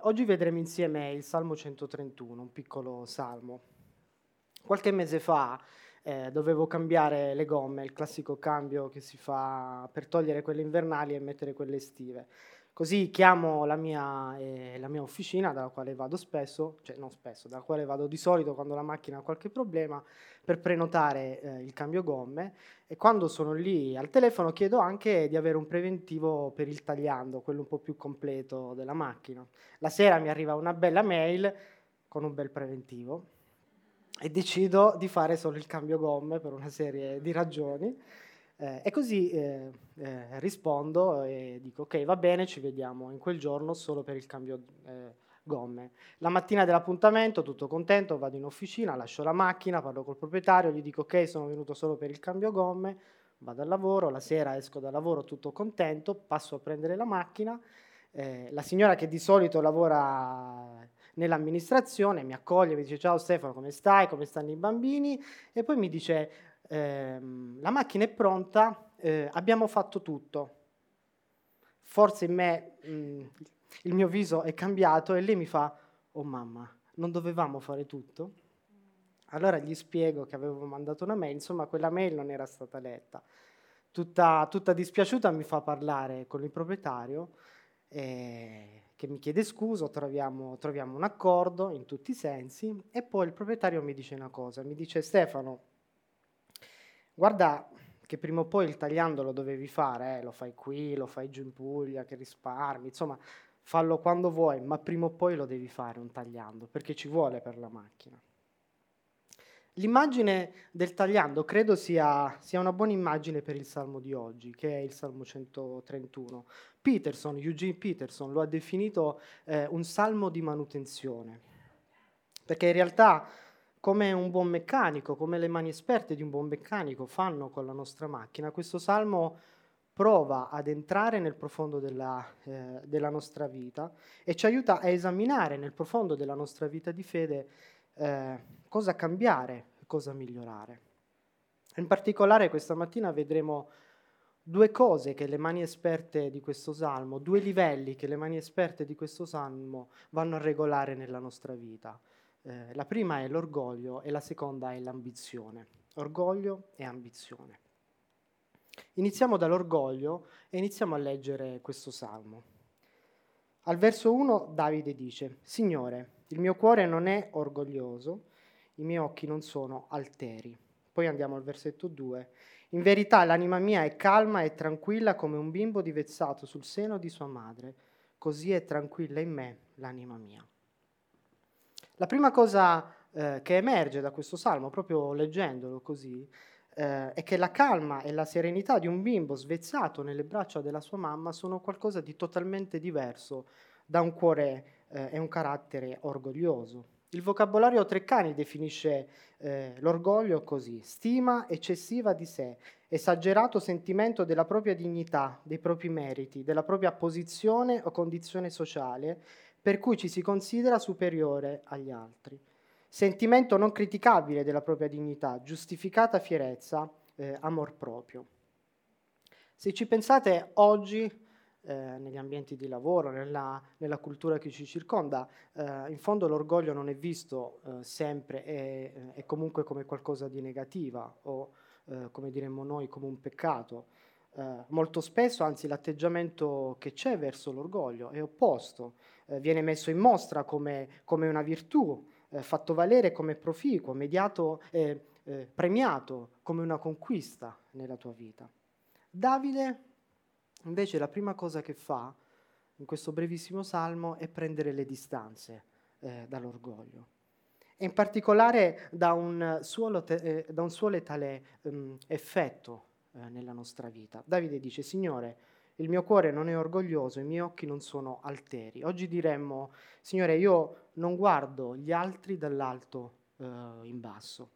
Oggi vedremo insieme il Salmo 131, un piccolo salmo. Qualche mese fa dovevo cambiare le gomme, il classico cambio che si fa per togliere quelle invernali e mettere quelle estive. Così chiamo la mia officina, dalla quale vado spesso, cioè non spesso, dalla quale vado di solito quando la macchina ha qualche problema, per prenotare il cambio gomme, e quando sono lì al telefono chiedo anche di avere un preventivo per il tagliando, quello un po' più completo della macchina. La sera mi arriva una bella mail con un bel preventivo e decido di fare solo il cambio gomme per una serie di ragioni. E così rispondo e dico: ok, va bene, ci vediamo in quel giorno solo per il cambio gomme. La mattina dell'appuntamento, tutto contento, vado in officina, lascio la macchina, parlo col proprietario, gli dico: ok, sono venuto solo per il cambio gomme, vado al lavoro, la sera esco dal lavoro tutto contento, passo a prendere la macchina. La signora, che di solito lavora nell'amministrazione, mi accoglie, mi dice: ciao Stefano, come stai? Come stanno i bambini? E poi mi dice: la macchina è pronta, abbiamo fatto tutto. Forse in me il mio viso è cambiato e lei mi fa: oh mamma, non dovevamo fare tutto? Allora gli spiego che avevo mandato una mail, insomma quella mail non era stata letta. Tutta dispiaciuta mi fa parlare con il proprietario, che mi chiede scusa, troviamo un accordo in tutti i sensi, e poi il proprietario mi dice una cosa, mi dice: Stefano, guarda che prima o poi il tagliando lo dovevi fare, lo fai qui, lo fai giù in Puglia, che risparmi, insomma fallo quando vuoi, ma prima o poi lo devi fare un tagliando, perché ci vuole per la macchina. L'immagine del tagliando credo sia una buona immagine per il Salmo di oggi, che è il Salmo 131. Eugene Peterson, lo ha definito un salmo di manutenzione, perché in realtà, come un buon meccanico, come le mani esperte di un buon meccanico fanno con la nostra macchina, questo salmo prova ad entrare nel profondo della nostra vita e ci aiuta a esaminare nel profondo della nostra vita di fede cosa cambiare, cosa migliorare. In particolare questa mattina vedremo due cose che le mani esperte di questo salmo, due livelli che le mani esperte di questo salmo vanno a regolare nella nostra vita. La prima è l'orgoglio e la seconda è l'ambizione. Orgoglio e ambizione. Iniziamo dall'orgoglio e iniziamo a leggere questo salmo. Al verso 1 Davide dice: Signore, il mio cuore non è orgoglioso, i miei occhi non sono alteri. Poi andiamo al versetto 2. In verità l'anima mia è calma e tranquilla come un bimbo divezzato sul seno di sua madre, così è tranquilla in me l'anima mia. La prima cosa che emerge da questo salmo, proprio leggendolo così, è che la calma e la serenità di un bimbo svezzato nelle braccia della sua mamma sono qualcosa di totalmente diverso da un cuore e un carattere orgoglioso. Il vocabolario Treccani definisce l'orgoglio così: stima eccessiva di sé, esagerato sentimento della propria dignità, dei propri meriti, della propria posizione o condizione sociale, per cui ci si considera superiore agli altri. Sentimento non criticabile della propria dignità, giustificata fierezza, amor proprio. Se ci pensate oggi, negli ambienti di lavoro, nella cultura che ci circonda, in fondo l'orgoglio non è visto sempre e comunque come qualcosa di negativa o, come diremmo noi, come un peccato. Molto spesso, anzi, l'atteggiamento che c'è verso l'orgoglio è opposto, viene messo in mostra come una virtù, fatto valere come proficuo, mediato, premiato come una conquista nella tua vita. Davide, invece, la prima cosa che fa in questo brevissimo salmo è prendere le distanze dall'orgoglio. E in particolare da un suo letale effetto nella nostra vita. Davide dice: Signore, il mio cuore non è orgoglioso, i miei occhi non sono alteri. Oggi diremmo: Signore, io non guardo gli altri dall'alto in basso.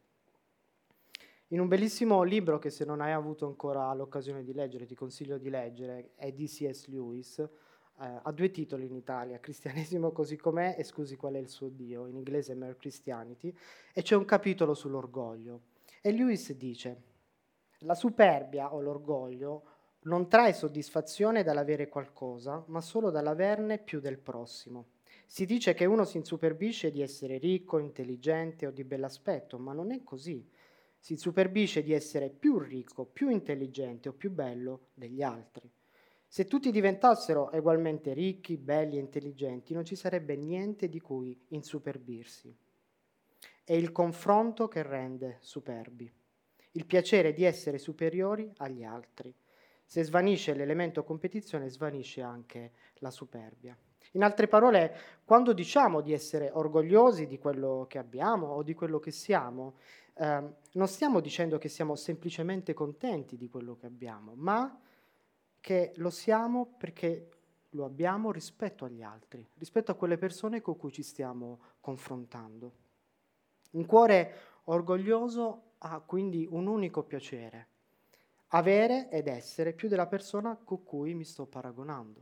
In un bellissimo libro che, se non hai avuto ancora l'occasione di leggere, ti consiglio di leggere, è di C.S. Lewis, ha due titoli in Italia: Cristianesimo così com'è e Scusi qual è il suo Dio, in inglese Mere Christianity, e c'è un capitolo sull'orgoglio. E Lewis dice: la superbia o l'orgoglio Non trae soddisfazione dall'avere qualcosa, ma solo dall'averne più del prossimo. Si dice che uno si insuperbisce di essere ricco, intelligente o di bell'aspetto, ma non è così. Si insuperbisce di essere più ricco, più intelligente o più bello degli altri. Se tutti diventassero ugualmente ricchi, belli e intelligenti, non ci sarebbe niente di cui insuperbirsi. È il confronto che rende superbi, il piacere di essere superiori agli altri. Se svanisce l'elemento competizione, svanisce anche la superbia. In altre parole, quando diciamo di essere orgogliosi di quello che abbiamo o di quello che siamo, non stiamo dicendo che siamo semplicemente contenti di quello che abbiamo, ma che lo siamo perché lo abbiamo rispetto agli altri, rispetto a quelle persone con cui ci stiamo confrontando. Un cuore orgoglioso ha quindi un unico piacere: avere ed essere più della persona con cui mi sto paragonando.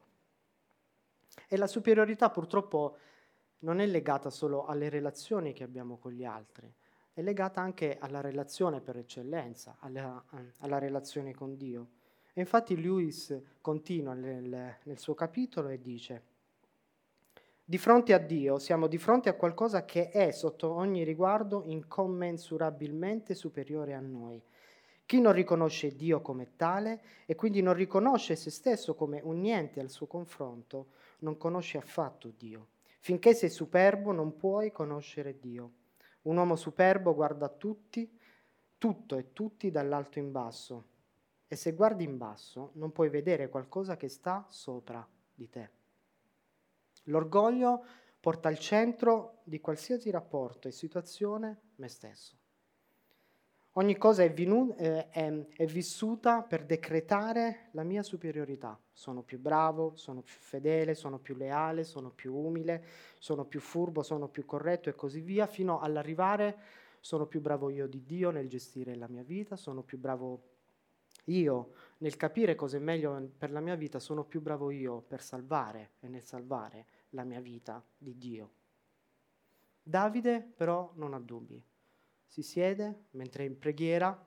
E la superiorità purtroppo non è legata solo alle relazioni che abbiamo con gli altri, è legata anche alla relazione per eccellenza, alla relazione con Dio. E infatti Lewis continua nel suo capitolo e dice: di fronte a Dio siamo di fronte a qualcosa che è sotto ogni riguardo incommensurabilmente superiore a noi. Chi non riconosce Dio come tale e quindi non riconosce se stesso come un niente al suo confronto, non conosce affatto Dio. Finché sei superbo non puoi conoscere Dio. Un uomo superbo guarda tutti, tutto e tutti dall'alto in basso. E se guardi in basso non puoi vedere qualcosa che sta sopra di te. L'orgoglio porta al centro di qualsiasi rapporto e situazione me stesso. Ogni cosa è vissuta per decretare la mia superiorità. Sono più bravo, sono più fedele, sono più leale, sono più umile, sono più furbo, sono più corretto e così via, fino all'arrivare sono più bravo io di Dio nel gestire la mia vita, sono più bravo io nel capire cosa è meglio per la mia vita, sono più bravo io per salvare e nel salvare la mia vita di Dio. Davide però non ha dubbi. Si siede mentre è in preghiera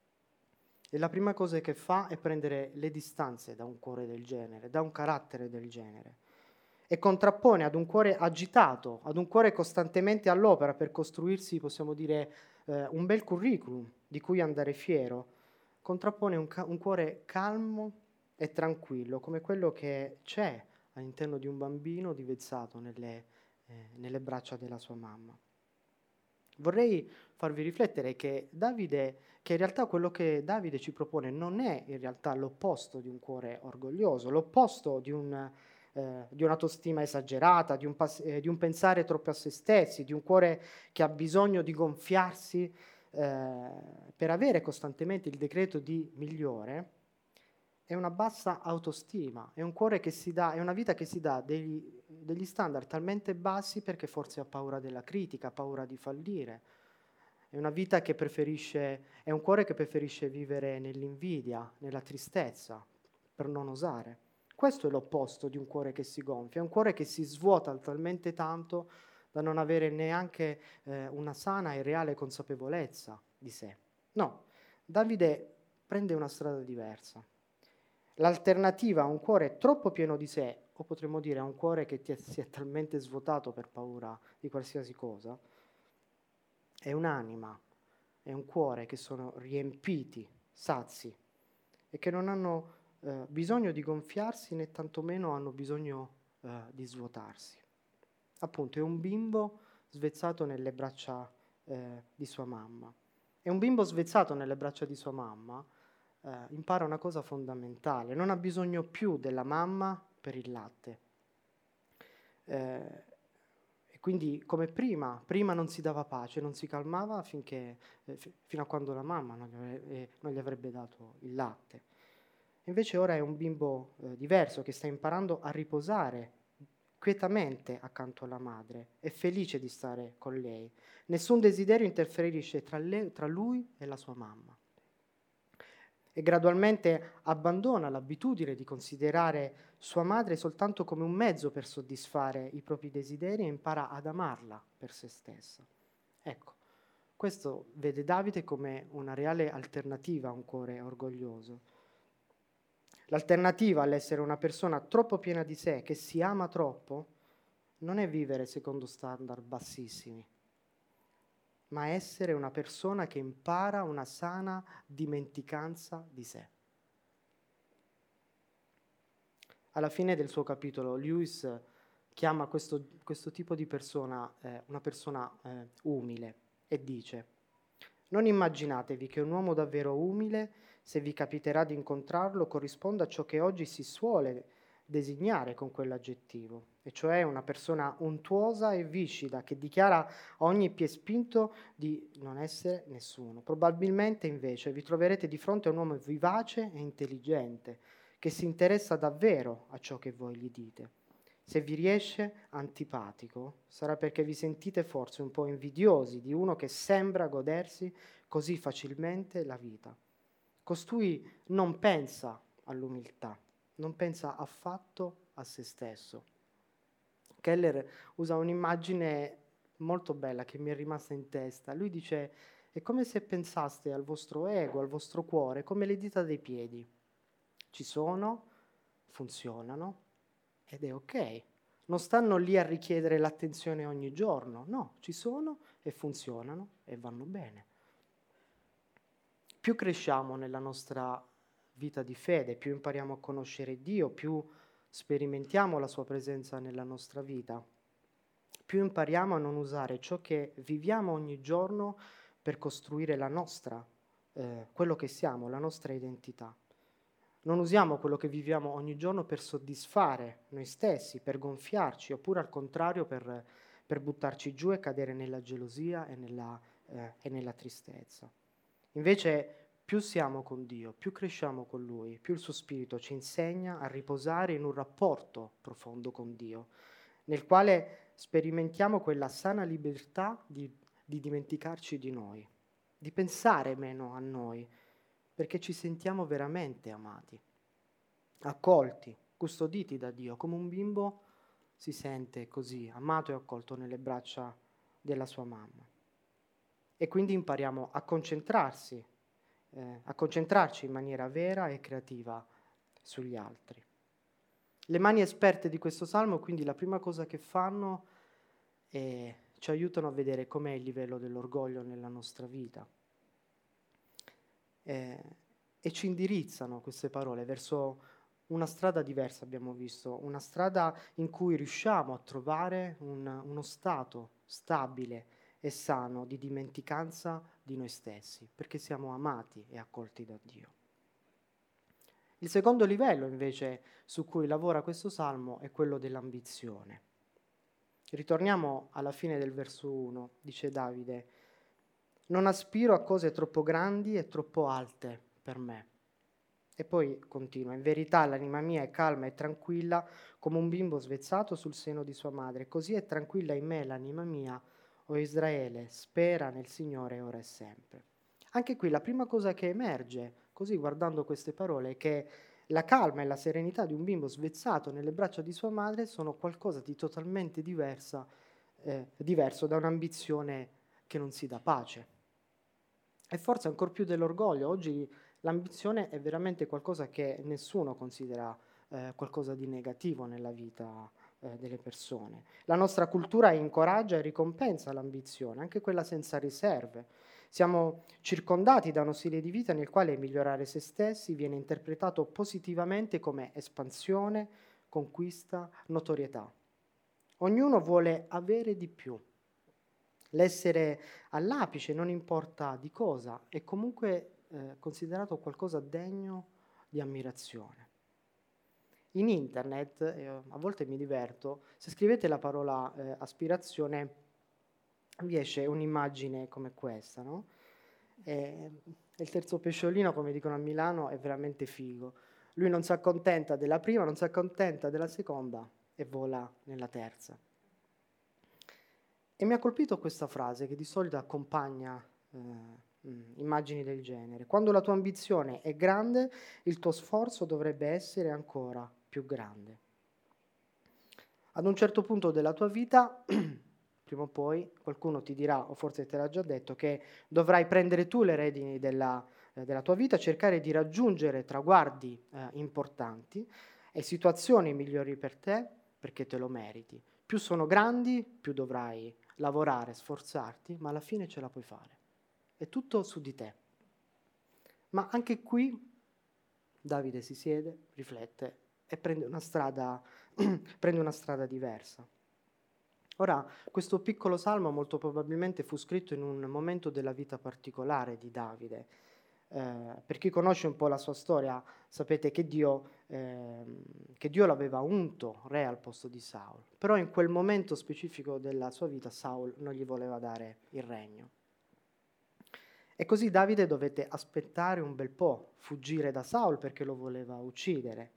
e la prima cosa che fa è prendere le distanze da un cuore del genere, da un carattere del genere, e contrappone ad un cuore agitato, ad un cuore costantemente all'opera per costruirsi, possiamo dire, un bel curriculum di cui andare fiero, contrappone un cuore calmo e tranquillo, come quello che c'è all'interno di un bambino divezzato nelle braccia della sua mamma. Vorrei farvi riflettere che in realtà quello che Davide ci propone non è in realtà l'opposto di un cuore orgoglioso, l'opposto di un'autostima esagerata, di un pensare troppo a se stessi, di un cuore che ha bisogno di gonfiarsi per avere costantemente il decreto di migliore. È una bassa autostima, è un cuore che si dà, è una vita che si dà degli standard talmente bassi perché forse ha paura della critica, ha paura di fallire. È una vita che è un cuore che preferisce vivere nell'invidia, nella tristezza, per non osare. Questo è l'opposto di un cuore che si gonfia, è un cuore che si svuota talmente tanto da non avere neanche una sana e reale consapevolezza di sé. No, Davide prende una strada diversa. L'alternativa a un cuore troppo pieno di sé, o potremmo dire a un cuore che si è talmente svuotato per paura di qualsiasi cosa, è un'anima, è un cuore che sono riempiti, sazi, e che non hanno bisogno di gonfiarsi né tantomeno hanno bisogno di svuotarsi. Appunto, è un bimbo svezzato nelle braccia di sua mamma. E un bimbo svezzato nelle braccia di sua mamma impara una cosa fondamentale: non ha bisogno più della mamma per il latte. E quindi come prima non si dava pace, non si calmava fino a quando la mamma non gli avrebbe dato il latte. Invece ora è un bimbo diverso che sta imparando a riposare quietamente accanto alla madre, è felice di stare con lei. Nessun desiderio interferisce tra lui e la sua mamma. E gradualmente abbandona l'abitudine di considerare sua madre soltanto come un mezzo per soddisfare i propri desideri e impara ad amarla per se stessa. Ecco, questo vede Davide come una reale alternativa a un cuore orgoglioso. L'alternativa all'essere una persona troppo piena di sé, che si ama troppo, non è vivere secondo standard bassissimi, ma essere una persona che impara una sana dimenticanza di sé. Alla fine del suo capitolo, Lewis chiama questo tipo di persona una persona umile e dice: non immaginatevi che un uomo davvero umile, se vi capiterà di incontrarlo, corrisponda a ciò che oggi si suole designare con quell'aggettivo, e cioè una persona untuosa e viscida che dichiara a ogni piè spinto di non essere nessuno. Probabilmente invece vi troverete di fronte a un uomo vivace e intelligente, che si interessa davvero a ciò che voi gli dite. Se vi riesce antipatico, sarà perché vi sentite forse un po' invidiosi di uno che sembra godersi così facilmente la vita. Costui non pensa all'umiltà, non pensa affatto a se stesso. Keller usa un'immagine molto bella che mi è rimasta in testa. Lui dice: è come se pensaste al vostro ego, al vostro cuore, come le dita dei piedi. Ci sono, funzionano ed è ok. Non stanno lì a richiedere l'attenzione ogni giorno, no, ci sono e funzionano e vanno bene. Più cresciamo nella nostra vita di fede, più impariamo a conoscere Dio, più sperimentiamo la sua presenza nella nostra vita, più impariamo a non usare ciò che viviamo ogni giorno per costruire la nostra, quello che siamo, la nostra identità. Non usiamo quello che viviamo ogni giorno per soddisfare noi stessi, per gonfiarci, oppure al contrario per buttarci giù e cadere nella gelosia e nella tristezza. Invece, più siamo con Dio, più cresciamo con Lui, più il suo Spirito ci insegna a riposare in un rapporto profondo con Dio, nel quale sperimentiamo quella sana libertà di dimenticarci di noi, di pensare meno a noi, perché ci sentiamo veramente amati, accolti, custoditi da Dio, come un bimbo si sente così, amato e accolto nelle braccia della sua mamma. E quindi impariamo a concentrarci in maniera vera e creativa sugli altri. Le mani esperte di questo salmo, quindi, la prima cosa che fanno è ci aiutano a vedere com'è il livello dell'orgoglio nella nostra vita. E ci indirizzano queste parole verso una strada diversa, abbiamo visto, una strada in cui riusciamo a trovare uno stato stabile e sano di dimenticanza di noi stessi, perché siamo amati e accolti da Dio. Il secondo livello, invece, su cui lavora questo salmo è quello dell'ambizione. Ritorniamo alla fine del verso 1, dice Davide: non aspiro a cose troppo grandi e troppo alte per me. E poi continua: in verità l'anima mia è calma e tranquilla come un bimbo svezzato sul seno di sua madre. Così è tranquilla in me l'anima mia, o Israele, spera nel Signore ora e sempre. Anche qui la prima cosa che emerge, così guardando queste parole, è che la calma e la serenità di un bimbo svezzato nelle braccia di sua madre sono qualcosa di totalmente diverso da un'ambizione che non si dà pace. E forse ancor più dell'orgoglio. Oggi l'ambizione è veramente qualcosa che nessuno considera qualcosa di negativo nella vita delle persone. La nostra cultura incoraggia e ricompensa l'ambizione, anche quella senza riserve. Siamo circondati da uno stile di vita nel quale migliorare se stessi viene interpretato positivamente come espansione, conquista, notorietà. Ognuno vuole avere di più. L'essere all'apice, non importa di cosa, è comunque considerato qualcosa degno di ammirazione. In internet, a volte mi diverto, se scrivete la parola aspirazione, vi esce un'immagine come questa, no? E il terzo pesciolino, come dicono a Milano, è veramente figo. Lui non si accontenta della prima, non si accontenta della seconda e vola nella terza. E mi ha colpito questa frase che di solito accompagna immagini del genere. Quando la tua ambizione è grande, il tuo sforzo dovrebbe essere ancora più grande. Ad un certo punto della tua vita, prima o poi, qualcuno ti dirà, o forse te l'ha già detto, che dovrai prendere tu le redini della della tua vita, cercare di raggiungere traguardi importanti e situazioni migliori per te, perché te lo meriti. Più sono grandi, più dovrai lavorare, sforzarti, ma alla fine ce la puoi fare. È tutto su di te. Ma anche qui Davide si siede, riflette e prende una strada, prende una strada diversa. Ora, questo piccolo salmo molto probabilmente fu scritto in un momento della vita particolare di Davide. Per chi conosce un po' la sua storia, sapete che Dio l'aveva unto re al posto di Saul, però in quel momento specifico della sua vita Saul non gli voleva dare il regno. E così Davide dovette aspettare un bel po', fuggire da Saul perché lo voleva uccidere.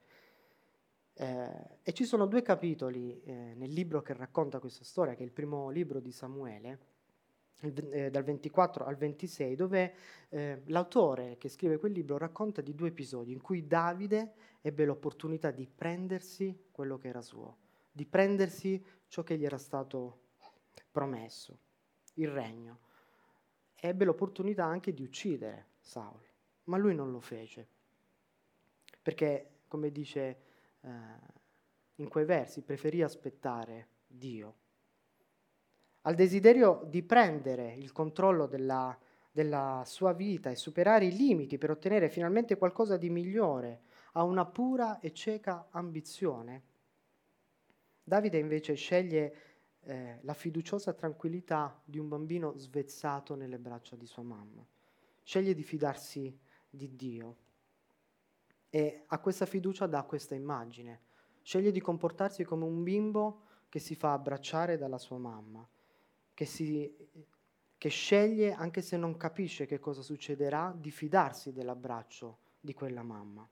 E ci sono 2 capitoli nel libro che racconta questa storia, che è il primo libro di Samuele, dal 24 al 26, dove l'autore che scrive quel libro racconta di 2 episodi in cui Davide ebbe l'opportunità di prendersi quello che era suo, di prendersi ciò che gli era stato promesso, il regno. Ebbe l'opportunità anche di uccidere Saul, ma lui non lo fece, perché, come dice in quei versi, preferì aspettare Dio. Al desiderio di prendere il controllo della sua vita e superare i limiti per ottenere finalmente qualcosa di migliore, a una pura e cieca ambizione, Davide invece sceglie la fiduciosa tranquillità di un bambino svezzato nelle braccia di sua mamma. Sceglie di fidarsi di Dio e a questa fiducia dà questa immagine. Sceglie di comportarsi come un bimbo che si fa abbracciare dalla sua mamma, che sceglie, anche se non capisce che cosa succederà, di fidarsi dell'abbraccio di quella mamma.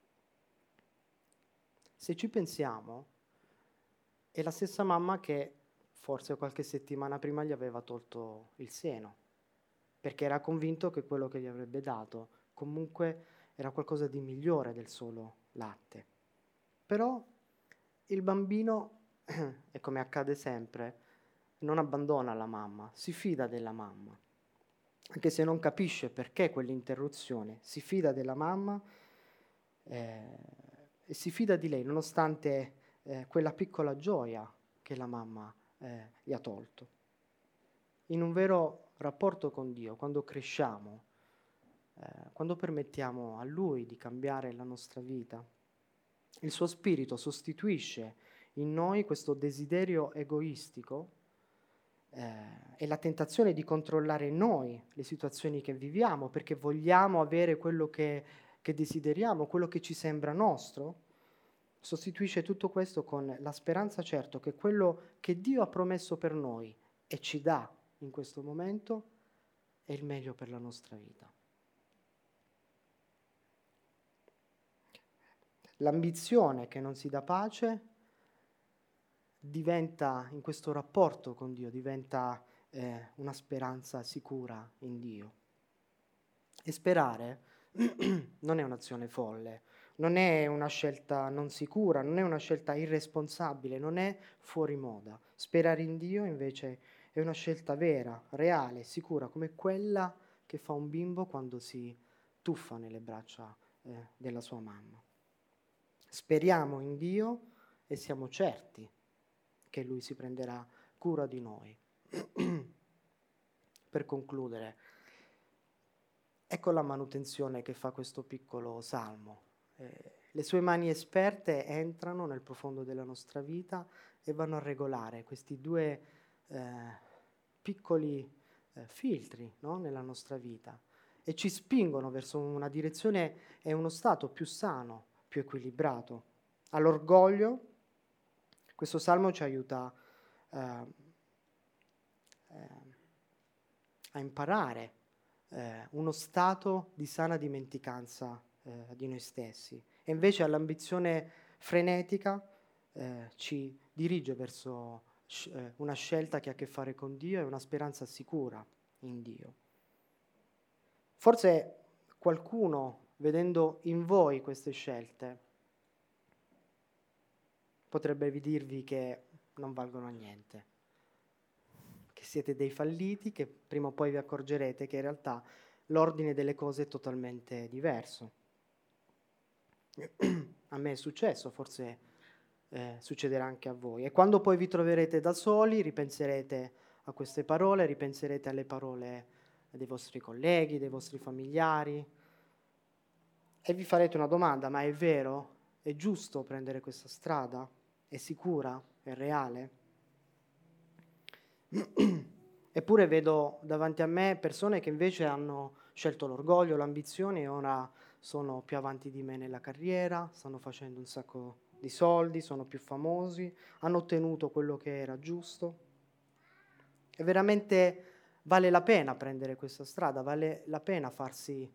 Se ci pensiamo, è la stessa mamma che forse qualche settimana prima gli aveva tolto il seno, perché era convinto che quello che gli avrebbe dato comunque era qualcosa di migliore del solo latte. Però il bambino, e come accade sempre, non abbandona la mamma, si fida della mamma. Anche se non capisce perché quell'interruzione, si fida della mamma e si fida di lei, nonostante quella piccola gioia che la mamma gli ha tolto. In un vero rapporto con Dio, quando cresciamo, quando permettiamo a Lui di cambiare la nostra vita, il suo spirito sostituisce in noi questo desiderio egoistico e la tentazione di controllare noi le situazioni che viviamo perché vogliamo avere quello che desideriamo, quello che ci sembra nostro, sostituisce tutto questo con la speranza certo che quello che Dio ha promesso per noi e ci dà in questo momento è il meglio per la nostra vita. L'ambizione che non si dà pace diventa, in questo rapporto con Dio, diventa una speranza sicura in Dio. E sperare non è un'azione folle, non è una scelta non sicura, non è una scelta irresponsabile, non è fuori moda. Sperare in Dio invece è una scelta vera, reale, sicura, come quella che fa un bimbo quando si tuffa nelle braccia della sua mamma. Speriamo in Dio e siamo certi che Lui si prenderà cura di noi. Per concludere, ecco la manutenzione che fa questo piccolo salmo. Le sue mani esperte entrano nel profondo della nostra vita e vanno a regolare questi 2 piccoli filtri, no, nella nostra vita e ci spingono verso una direzione e uno stato più sano, più equilibrato. All'orgoglio, questo salmo ci aiuta a imparare uno stato di sana dimenticanza di noi stessi e invece all'ambizione frenetica ci dirige verso una scelta che ha a che fare con Dio e una speranza sicura in Dio. Forse qualcuno, vedendo in voi queste scelte, potrebbe dirvi che non valgono a niente, che siete dei falliti, che prima o poi vi accorgerete che in realtà l'ordine delle cose è totalmente diverso. A me è successo, forse succederà anche a voi. E quando poi vi troverete da soli, ripenserete a queste parole, ripenserete alle parole dei vostri colleghi, dei vostri familiari, e vi farete una domanda: ma è vero? È giusto prendere questa strada? È sicura? È reale? Eppure vedo davanti a me persone che invece hanno scelto l'orgoglio, l'ambizione e ora sono più avanti di me nella carriera, stanno facendo un sacco di soldi, sono più famosi, hanno ottenuto quello che era giusto. E veramente vale la pena prendere questa strada, vale la pena farsi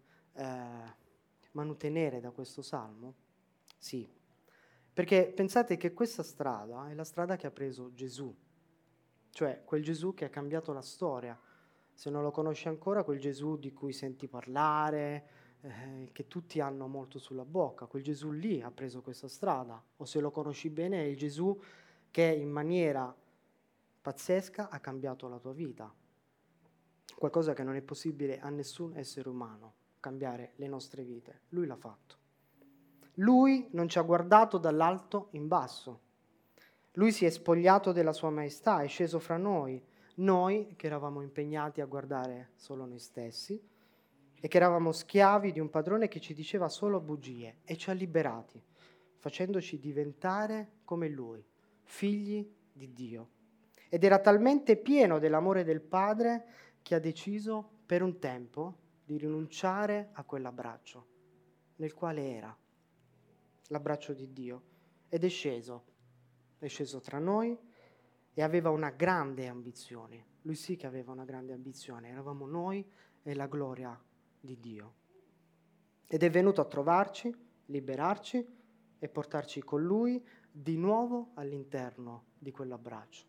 manutenere da questo salmo? Sì, perché pensate che questa strada è la strada che ha preso Gesù, cioè quel Gesù che ha cambiato la storia. Se non lo conosci ancora, quel Gesù di cui senti parlare, che tutti hanno molto sulla bocca, quel Gesù lì ha preso questa strada. O se lo conosci bene, è il Gesù che in maniera pazzesca ha cambiato la tua vita. Qualcosa che non è possibile a nessun essere umano, cambiare le nostre vite. Lui l'ha fatto. Lui non ci ha guardato dall'alto in basso. Lui si è spogliato della sua maestà, è sceso fra noi che eravamo impegnati a guardare solo noi stessi e che eravamo schiavi di un padrone che ci diceva solo bugie, e ci ha liberati, facendoci diventare come lui, figli di Dio. Ed era talmente pieno dell'amore del Padre che ha deciso per un tempo di rinunciare a quell'abbraccio nel quale era l'abbraccio di Dio, ed è sceso tra noi e aveva una grande ambizione. Lui sì che aveva una grande ambizione, eravamo noi e la gloria di Dio. Ed è venuto a trovarci, liberarci e portarci con Lui di nuovo all'interno di quell'abbraccio.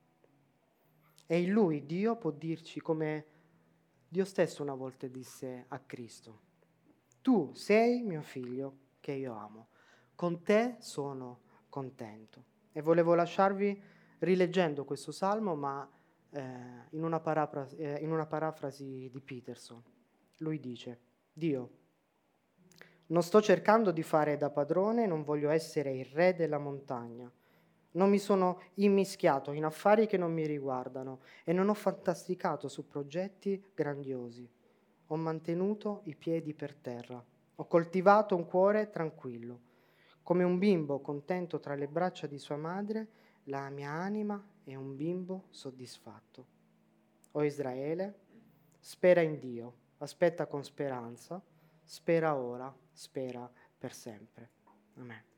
E in Lui Dio può dirci, come Dio stesso una volta disse a Cristo: tu sei mio figlio che io amo, con te sono contento. E volevo lasciarvi rileggendo questo salmo, ma in una parafrasi di Peterson. Lui dice: Dio, non sto cercando di fare da padrone, non voglio essere il re della montagna. Non mi sono immischiato in affari che non mi riguardano e non ho fantasticato su progetti grandiosi. Ho mantenuto i piedi per terra. Ho coltivato un cuore tranquillo. Come un bimbo contento tra le braccia di sua madre, la mia anima è un bimbo soddisfatto. O Israele, spera in Dio, aspetta con speranza, spera ora, spera per sempre. Amen.